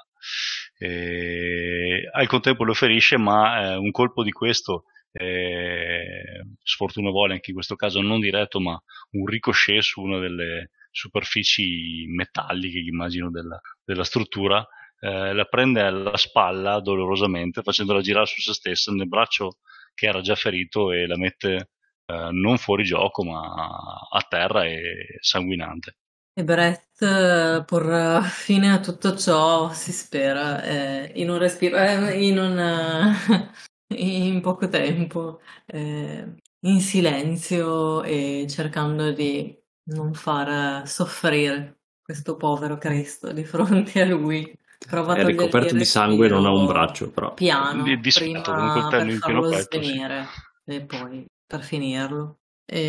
Al contempo lo ferisce, ma un colpo di questo, sfortuna vuole anche in questo caso non diretto, ma un ricochet su una delle superfici metalliche, immagino, della struttura, la prende alla spalla dolorosamente, facendola girare su se stessa nel braccio che era già ferito, e la mette non fuori gioco, ma a terra e sanguinante. E Brett porrà fine a tutto ciò, si spera, in un respiro, in poco tempo, in silenzio, e cercando di non far soffrire questo povero Cristo di fronte a lui. Prova a È ricoperto di sangue, non ha un braccio, però. Piano, Di spetto, con un prima coltello per in pieno farlo petto, svenire, e poi per finirlo.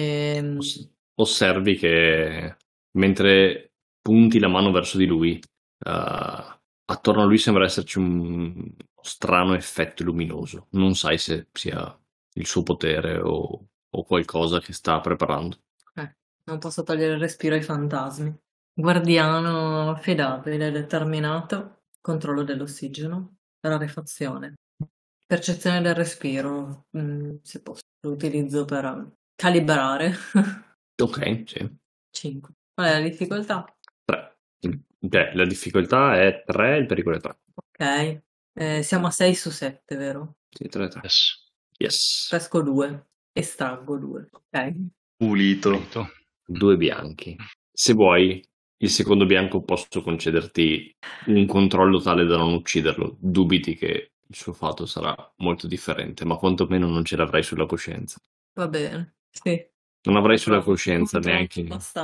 Osservi che mentre punti la mano verso di lui, attorno a lui sembra esserci un strano effetto luminoso. Non sai se sia il suo potere o qualcosa che sta preparando. Non posso togliere il respiro ai fantasmi. Guardiano affidabile, determinato, controllo dell'ossigeno, rarefazione, percezione del respiro, se posso, lo utilizzo per calibrare. Ok, sì. 5. Qual è la difficoltà? 3. La difficoltà è 3, il pericolo è 3. Ok. Siamo a 6 su 7, vero? Sì, 3. Yes. Pesco 2, estraggo 2. Ok. Pulito. 2 bianchi. Se vuoi, il secondo bianco posso concederti un controllo tale da non ucciderlo. Dubiti che il suo fato sarà molto differente, ma quantomeno non ce l'avrai sulla coscienza. Va bene, sì. Non avrai sulla coscienza neanche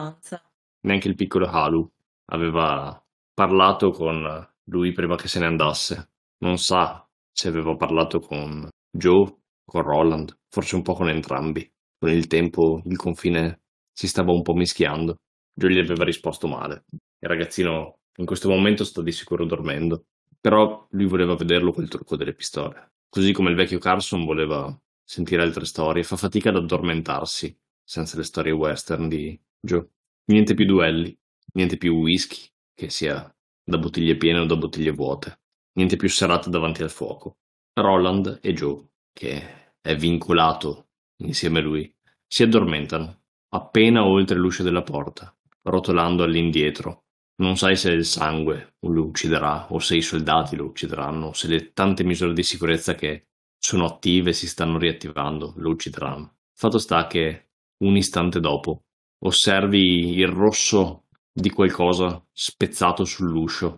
il piccolo Halu. Aveva parlato con lui prima che se ne andasse. Non sa se aveva parlato con Joe, con Roland, forse un po' con entrambi. Con il tempo il confine si stava un po' mischiando. Joe gli aveva risposto male. Il ragazzino in questo momento sta di sicuro dormendo, però lui voleva vederlo quel trucco delle pistole. Così come il vecchio Carson voleva sentire altre storie, fa fatica ad addormentarsi senza le storie western di Joe. Niente più duelli, niente più whisky, che sia da bottiglie piene o da bottiglie vuote, niente più serate davanti al fuoco. Roland e Joe, che è vincolato insieme a lui, si addormentano appena oltre l'uscio della porta, rotolando all'indietro. Non sai se il sangue lo ucciderà o se i soldati lo uccideranno, se le tante misure di sicurezza che sono attive e si stanno riattivando lo uccideranno. Fatto sta che un istante dopo osservi il rosso di qualcosa spezzato sull'uscio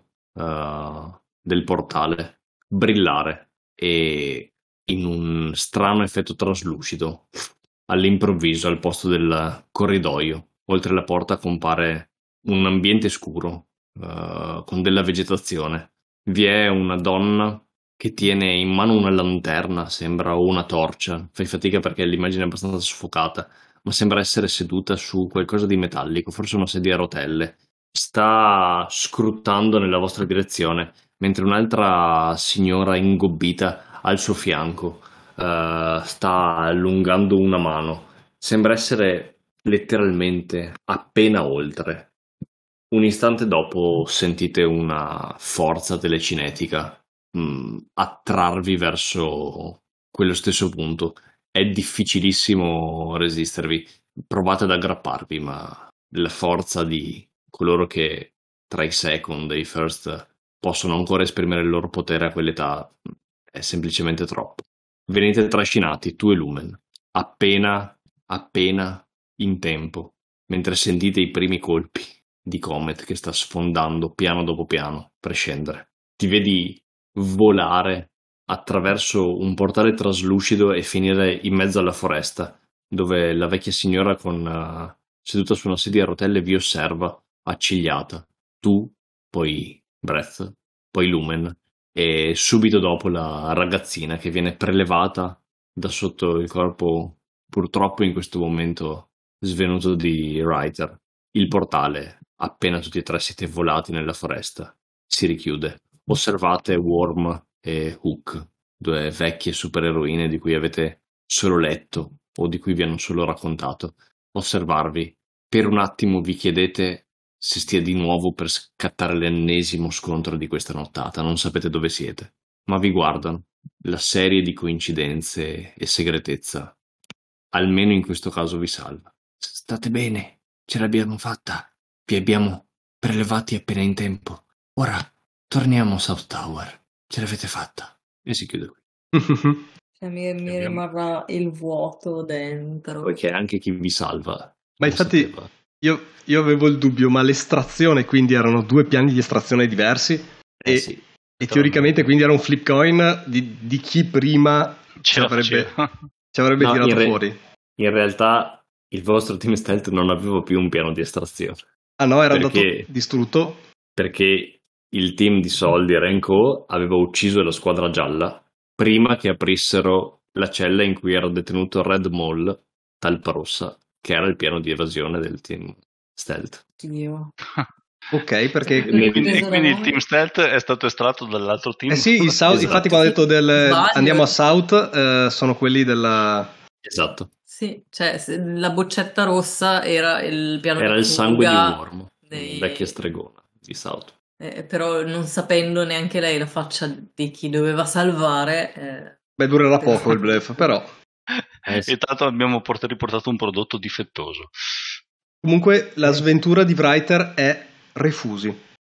del portale brillare, e in un strano effetto traslucido all'improvviso al posto del corridoio oltre la porta compare un ambiente scuro con della vegetazione. Vi è una donna che tiene in mano una lanterna, sembra, o una torcia. Fai fatica perché l'immagine è abbastanza soffocata, ma sembra essere seduta su qualcosa di metallico, forse una sedia a rotelle. Sta scrutando nella vostra direzione, mentre un'altra signora ingobbita al suo fianco sta allungando una mano. Sembra essere letteralmente appena oltre. Un istante dopo sentite una forza telecinetica attrarvi verso quello stesso punto. È difficilissimo resistervi. Provate ad aggrapparvi, ma la forza di coloro che tra i second e i first possono ancora esprimere il loro potere a quell'età è semplicemente troppo. Venite trascinati, tu e Lumen, appena in tempo, mentre sentite i primi colpi di Comet che sta sfondando piano dopo piano per scendere. Ti vedi volare attraverso un portale traslucido e finire in mezzo alla foresta, dove la vecchia signora seduta su una sedia a rotelle vi osserva, accigliata. Tu, poi Breath, poi Lumen, e subito dopo la ragazzina che viene prelevata da sotto il corpo, purtroppo in questo momento svenuto di Ryder. Il portale, appena tutti e tre siete volati nella foresta, si richiude. Osservate Worm e Hook, due vecchie supereroine di cui avete solo letto o di cui vi hanno solo raccontato, osservarvi. Per un attimo vi chiedete se stia di nuovo per scattare l'ennesimo scontro di questa nottata, non sapete dove siete, ma vi guardano. La serie di coincidenze e segretezza, almeno in questo caso, vi salva. State bene, ce l'abbiamo fatta, vi abbiamo prelevati appena in tempo. Ora torniamo a South Tower, ce l'avete fatta. E si chiude qui. Cioè, mi rimarrà il vuoto dentro. Poiché anche chi vi salva. Ma infatti io avevo il dubbio, ma l'estrazione quindi erano due piani di estrazione diversi e, sì. E teoricamente quindi era un flip coin di chi prima ci avrebbe tirato fuori. In realtà il vostro team stealth non aveva più un piano di estrazione. Ah no, era andato distrutto? Perché il team di Soldi e Renko aveva ucciso la squadra gialla prima che aprissero la cella in cui era detenuto Red Mall, Talpa Rossa, che era il piano di evasione del team stealth. Dio. Ok, perché e quindi il team stealth è stato estratto dall'altro team. Sì, il South, esatto. Infatti quando ho detto andiamo a South, sono quelli della... Esatto. Sì, cioè la boccetta rossa era il piano era di il sangue di Worm, dei... vecchia stregona di South. Però non sapendo neanche lei la faccia di chi doveva salvare... Beh, durerà poco il bluff, però... Sì. E tanto abbiamo riportato un prodotto difettoso. Comunque la sventura di Writer è refusi.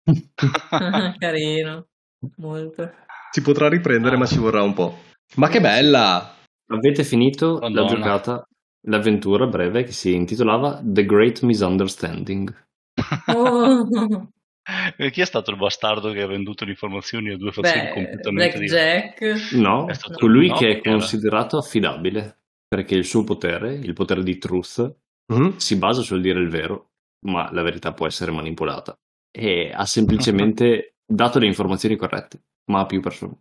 Carino, molto. Si potrà riprendere, ma ci vorrà un po'. Ma che bella! Avete finito la giocata, l'avventura breve che si intitolava The Great Misunderstanding. Oh. Chi è stato il bastardo che ha venduto le informazioni a due fazioni completamente diverse? No, colui che è considerato affidabile, perché il suo potere, il potere di Truth, si basa sul dire il vero, ma la verità può essere manipolata. E ha semplicemente dato le informazioni corrette, ma a più persone.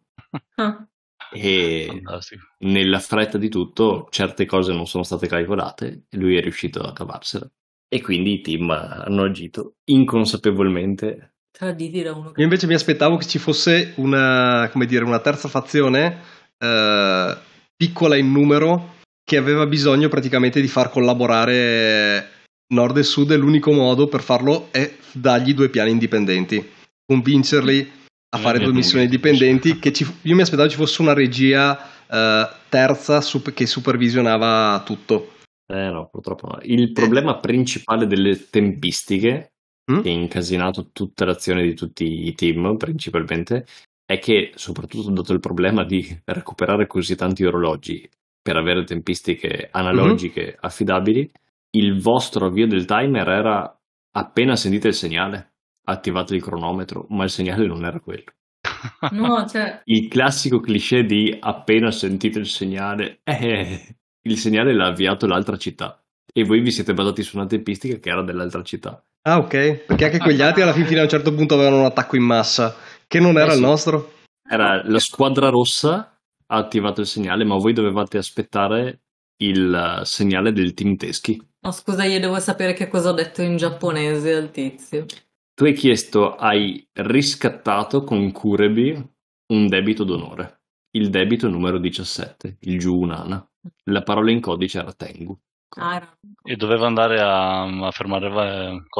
E fantastico. Nella fretta di tutto certe cose non sono state calcolate e lui è riuscito a cavarsela. E quindi i team hanno agito inconsapevolmente. Traditi da uno. Io invece mi aspettavo che ci fosse una terza fazione piccola in numero che aveva bisogno praticamente di far collaborare Nord e Sud, e l'unico modo per farlo è dargli due piani indipendenti, convincerli a fare due missioni indipendenti. Io mi aspettavo ci fosse una regia terza che supervisionava tutto. No, purtroppo no. Il problema principale delle tempistiche, che ha incasinato tutta l'azione di tutti i team principalmente, è che, soprattutto dato il problema di recuperare così tanti orologi per avere tempistiche analogiche affidabili, il vostro avvio del timer era appena sentite il segnale, attivate il cronometro, ma il segnale non era quello. No, cioè... Il classico cliché di appena sentite il segnale, il segnale l'ha avviato l'altra città e voi vi siete basati su una tempistica che era dell'altra città. Ah, ok, perché anche quegli altri alla fine a un certo punto avevano un attacco in massa che non era il nostro. Era la squadra rossa ha attivato il segnale, ma voi dovevate aspettare il segnale del team Teschi. No, scusa, io devo sapere che cosa ho detto in giapponese al tizio. Tu hai chiesto, hai riscattato con Kurebi un debito d'onore, il debito numero 17, il Juunana. La parola in codice era Tengu. E doveva andare a fermare cosa?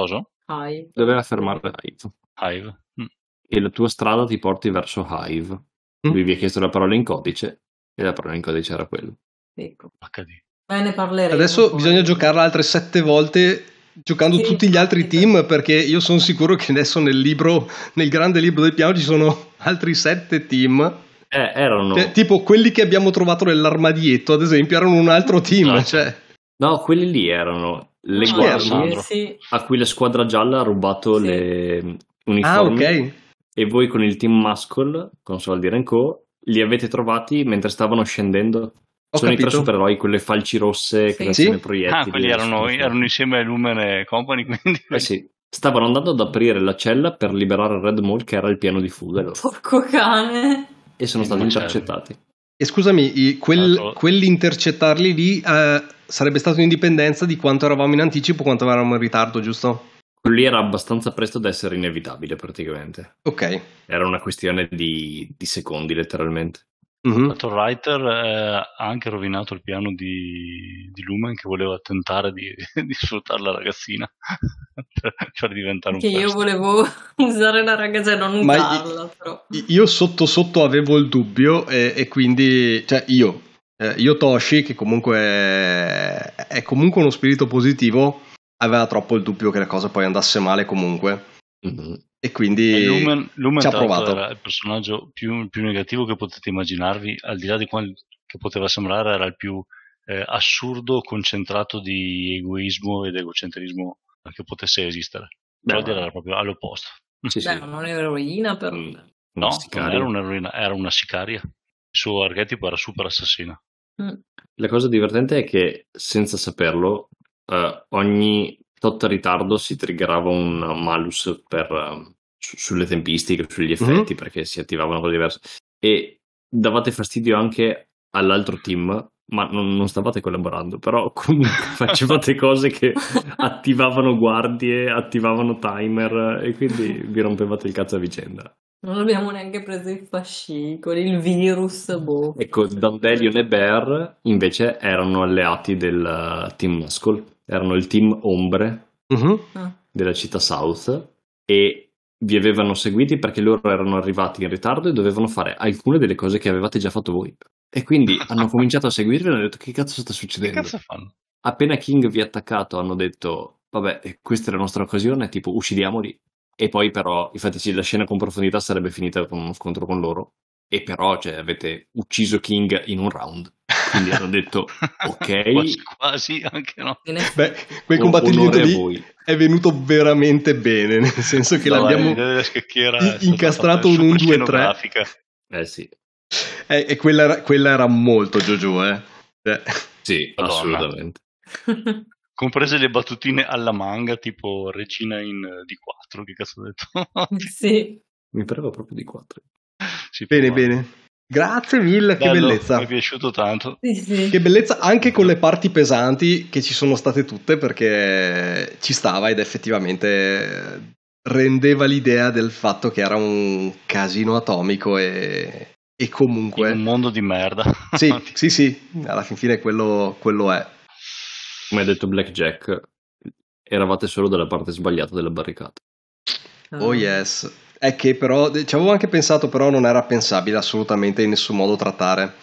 Hive. Doveva fermare Hive. Hive. E la tua strada ti porti verso Hive. Lui vi ha chiesto la parola in codice e la parola in codice era quella. Ecco. HD. Ne parleremo Adesso poi. bisogna giocarla altre 7 volte giocando Sì, tutti gli altri infatti. team, perché io sono sicuro che adesso nel grande libro del piano ci sono altri 7 team. Erano... Cioè, tipo quelli che abbiamo trovato nell'armadietto, ad esempio, erano un altro team. Esatto. Cioè, No, quelli lì erano le Chi guardie erano? Sì. a cui la squadra gialla ha rubato Sì. le uniformi. ok. E voi con il team Muscle, con Soldier & Co, li avete trovati mentre stavano scendendo. Ho Sono i tre capito. supereroi, quelle falci rosse Sì. che lanciano Sì. i proiettili. Quelli erano insieme ai Lumen e Company, quindi Sì, stavano andando ad aprire la cella per liberare Red Maul che era il piano di fuga loro. Porco cane. E sono Il stati macello. intercettati. E scusami, quell'intercettarli lì sarebbe stato in dipendenza di quanto eravamo in anticipo, quanto eravamo in ritardo, giusto? Quello lì era abbastanza presto da essere inevitabile praticamente. Ok. Era una questione di secondi letteralmente. Mhm. Tanto il writer ha anche rovinato il piano di Lumen, che voleva tentare di sfruttare la ragazzina per diventare un Che io pest. volevo usare la ragazza e non Ma usarla, però. io sotto avevo il dubbio e quindi, cioè io Toshi, che comunque è comunque uno spirito positivo, aveva troppo il dubbio che la cosa poi andasse male comunque. Mhm. E quindi Lumen ci ha tra l'altro, provato. era il personaggio più negativo che potete immaginarvi, al di là di quel che poteva sembrare, era il più assurdo, concentrato di egoismo ed egocentrismo che potesse esistere. Beh, Soldier ma- era proprio all'opposto. Sì, sì. Beh, non è un'eroina, però. Mm, una No, sicaria. non era un'eroina, era una sicaria. Il suo archetipo era super assassina. Mm. La cosa divertente è che senza saperlo ogni tot ritardo si triggerava un malus sulle tempistiche, sugli effetti, perché si attivavano cose diverse. E davate fastidio anche all'altro team, ma non stavate collaborando, però comunque facevate cose che attivavano guardie, attivavano timer e quindi vi rompevate il cazzo a vicenda. Non abbiamo neanche preso i fascicoli, il virus, boh. Ecco, Dandelion e Bear invece erano alleati del team Muscle, erano il team Ombre Mhm. della città South e vi avevano seguiti perché loro erano arrivati in ritardo e dovevano fare alcune delle cose che avevate già fatto voi. E quindi hanno cominciato a seguirvi e hanno detto: che cazzo sta Che succedendo? cazzo fanno? Appena King vi ha attaccato hanno detto: vabbè, questa è la nostra occasione, tipo uccidiamoli. E poi però, infatti sì, la scena con profondità sarebbe finita con uno scontro con loro. E però, cioè, avete ucciso King in un round. Quindi hanno detto, ok, quasi anche no. Beh, quel combattimento onore a lì voi. è venuto veramente bene, nel senso che No, l'abbiamo l'idea della scacchiera è stata incastrato fatta un 1, super 2, 3. scenografica. Sì. E quella era molto Jojo, Cioè, Sì, Madonna. assolutamente. Comprese le battutine alla manga, tipo Regina in D4, che cazzo ho detto? Sì. Mi pareva proprio di 4. Sì, bene, probabile. bene. Grazie mille, che Bello, bellezza. mi è piaciuto tanto. Sì. Che bellezza anche con le parti pesanti che ci sono state tutte, perché ci stava ed effettivamente rendeva l'idea del fatto che era un casino atomico e comunque In un mondo di merda. sì, alla fin fine quello è. Come ha detto Blackjack, eravate solo dalla parte sbagliata della barricata. Oh yes. È che però ci avevo anche pensato, però non era pensabile assolutamente in nessun modo trattare.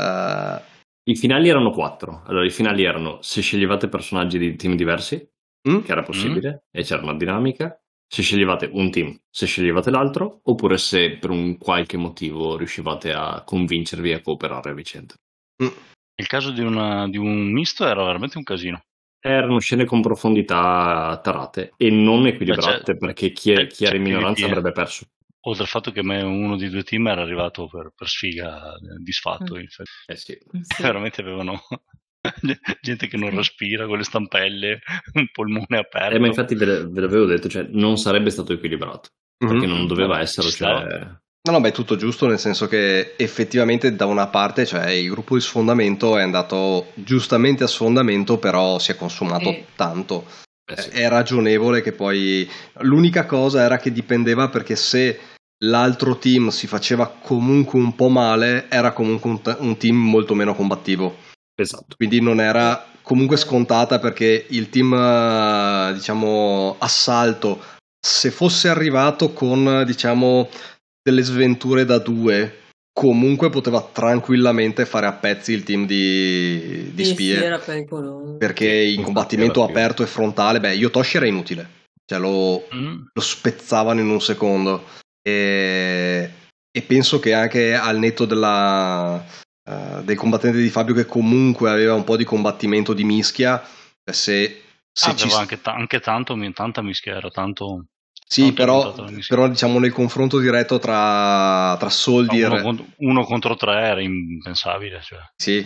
I finali erano 4. Allora, i finali erano se sceglievate personaggi di team diversi, che era possibile, e c'era una dinamica. Se sceglievate un team, se sceglievate l'altro, oppure se per un qualche motivo riuscivate a convincervi a cooperare a vicenda. Nel caso di un misto era veramente un casino. Erano scene con profondità tarate e non equilibrate, perché chi era in minoranza PvP, avrebbe perso. Oltre al fatto che uno dei due team era arrivato per sfiga disfatto. Sì. Veramente avevano gente che non respira, con le stampelle, un polmone aperto. Ma infatti ve l'avevo detto, cioè non sarebbe stato equilibrato, perché non doveva esserlo. Cioè... No, beh, tutto giusto, nel senso che effettivamente da una parte, cioè il gruppo di sfondamento è andato giustamente a sfondamento, però si è consumato tanto. Sì. È ragionevole che poi l'unica cosa era che dipendeva, perché se l'altro team si faceva comunque un po' male, era comunque un team molto meno combattivo. Esatto. Quindi non era comunque scontata, perché il team, diciamo, assalto, se fosse arrivato con, diciamo, delle sventure da 2, comunque poteva tranquillamente fare a pezzi il team di Sì, spie, era pericoloso. perché in infatti combattimento era più- aperto e frontale, Yotoshi era inutile, cioè lo spezzavano in un secondo, e penso che anche al netto del combattente di Fabio, che comunque aveva un po' di combattimento di mischia, se aveva anche tanta mischia, era tanto. Sì, tanto orientato alla mischia. però diciamo nel confronto diretto tra Soldier, uno contro 3 era impensabile, cioè. sì,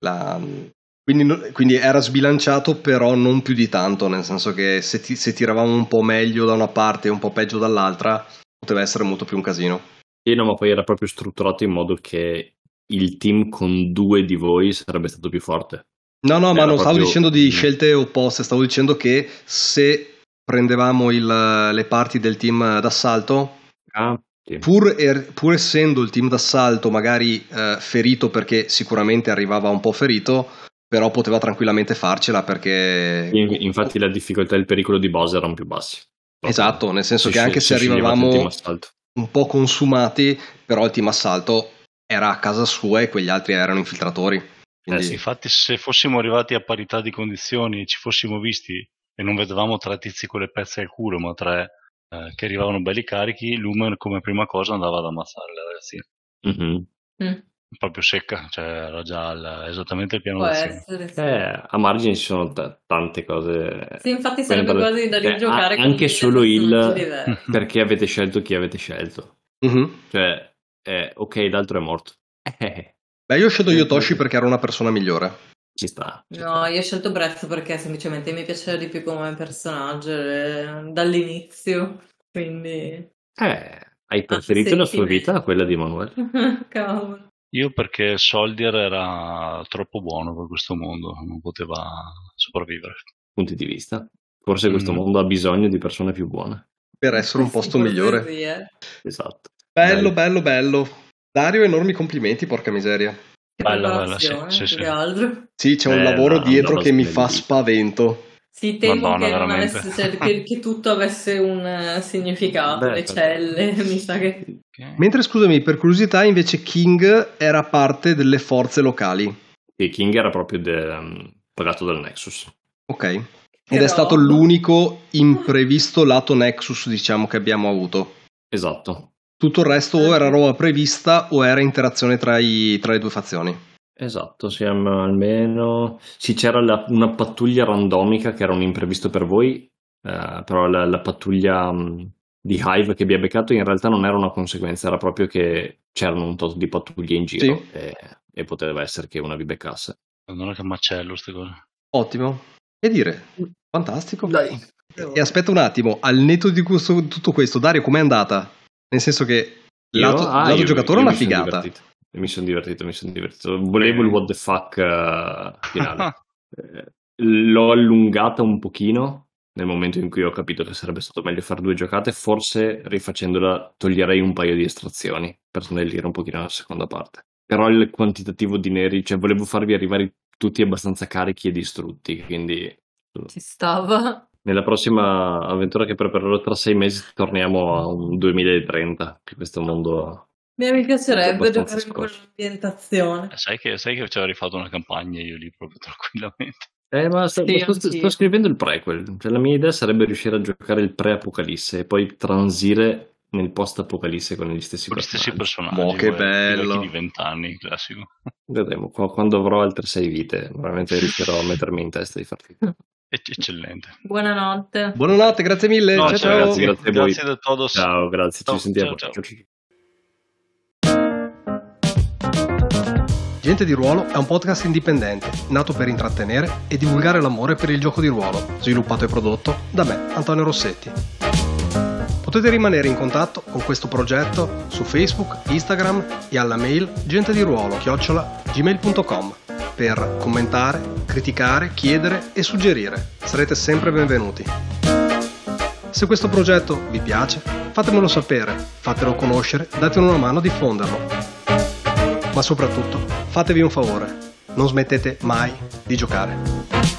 quindi era sbilanciato, però non più di tanto, nel senso che se tiravamo un po' meglio da una parte e un po' peggio dall'altra, poteva essere molto più un casino. Sì, no, ma poi era proprio strutturato in modo che il team con 2 di voi sarebbe stato più forte. No, ma Era non stavo proprio- dicendo di scelte opposte, stavo dicendo che se prendevamo le parti del team d'assalto, Ah, sì. pur essendo il team d'assalto magari ferito, perché sicuramente arrivava un po' ferito, però poteva tranquillamente farcela, perché Infatti la difficoltà e il pericolo di boss erano più bassi. esatto, nel senso Si che anche se sceglievate il team arrivavamo assalto. un po' consumati, però il team assalto era a casa sua e quegli altri erano infiltratori. Quindi, sì. Infatti, se fossimo arrivati a parità di condizioni e ci fossimo visti e non vedevamo 3 tizi con le pezze al culo, ma 3 che arrivavano belli carichi, Lumen come prima cosa andava ad ammazzare le ragazzine. Mhm. Proprio secca, cioè era già esattamente il piano Può d'azione. essere, sì. A margine ci sono tante cose. Sì, infatti sarebbe quasi da rigiocare con anche dei solo personaggi diversi. perché avete scelto chi avete scelto. Cioè, ok, l'altro è morto. io ho scelto Yotoshi perché era una persona migliore. Ci sta. No, io ho scelto Breath perché semplicemente mi piaceva di più come personaggio dall'inizio, quindi... Hai preferito la sua sentimenti. vita a quella di Emanuele? Cavolo. Io perché Soldier era troppo buono per questo mondo, non poteva sopravvivere. Punti di vista. Forse questo mondo ha bisogno di persone più buone. Per essere un posto migliore. Sì, Esatto. Bello. Dario, enormi complimenti, porca miseria. Che Bella, sì, preparazione, sì. più che altro. Sì, c'è un lavoro dietro che mi fa spavento. spavento. Sì, temo Madonna, che non veramente. avesse, cioè, che tutto avesse un significato, le celle, mi sa che... Okay. Mentre, scusami, per curiosità, invece King era parte delle forze locali. E King era proprio pagato dal Nexus. Ok. Ed è stato l'unico imprevisto lato Nexus, diciamo, che abbiamo avuto. Esatto. Tutto il resto o era roba prevista o era interazione tra le due fazioni. Esatto, siamo almeno... Sì, c'era una pattuglia randomica che era un imprevisto per voi, però la pattuglia di Hive che vi ha beccato in realtà non era una conseguenza, era proprio che c'erano un tot di pattuglie in giro, Sì. e poteva essere che una vi beccasse. Non è che macello queste cose. Ottimo. Che dire? Fantastico. Dai. E aspetta un attimo, al netto di tutto questo, Dario, com'è andata? Nel senso che lato giocatore è una figata. Mi sono divertito. Volevo il what the fuck finale. L'ho allungata un pochino nel momento in cui ho capito che sarebbe stato meglio fare 2 giocate. Forse rifacendola toglierei un paio di estrazioni per snellire un pochino la seconda parte. Però il quantitativo di neri, cioè volevo farvi arrivare tutti abbastanza carichi e distrutti, quindi Ci stava. nella prossima avventura che preparerò tra 6 mesi torniamo a un 2030, che questo mondo... Mi piacerebbe abbastanza giocare in scorso. quell'ambientazione. Sai che ci avrei fatto una campagna io lì proprio tranquillamente. Ma Sì, sto scrivendo il prequel, cioè la mia idea sarebbe riuscire a giocare il pre-apocalisse e poi transire nel post-apocalisse con gli stessi Con gli stessi personaggi. personaggi. Che bello. Di 20 anni, classico. Vedremo, quando avrò altre 6 vite, veramente riuscirò a mettermi in testa di farti. Eccellente. Buonanotte. Buonanotte, grazie mille. No, ciao. Grazie a voi. Grazie da todos. Ciao, grazie, ci sentiamo. Ciao. Gente di Ruolo è un podcast indipendente, nato per intrattenere e divulgare l'amore per il gioco di ruolo, sviluppato e prodotto da me, Antonio Rossetti. Potete rimanere in contatto con questo progetto su Facebook, Instagram e alla mail gentediruolo@gmail.com per commentare, criticare, chiedere e suggerire. Sarete sempre benvenuti. Se questo progetto vi piace, fatemelo sapere, fatelo conoscere, datemi una mano a diffonderlo. Ma soprattutto, fatevi un favore, non smettete mai di giocare.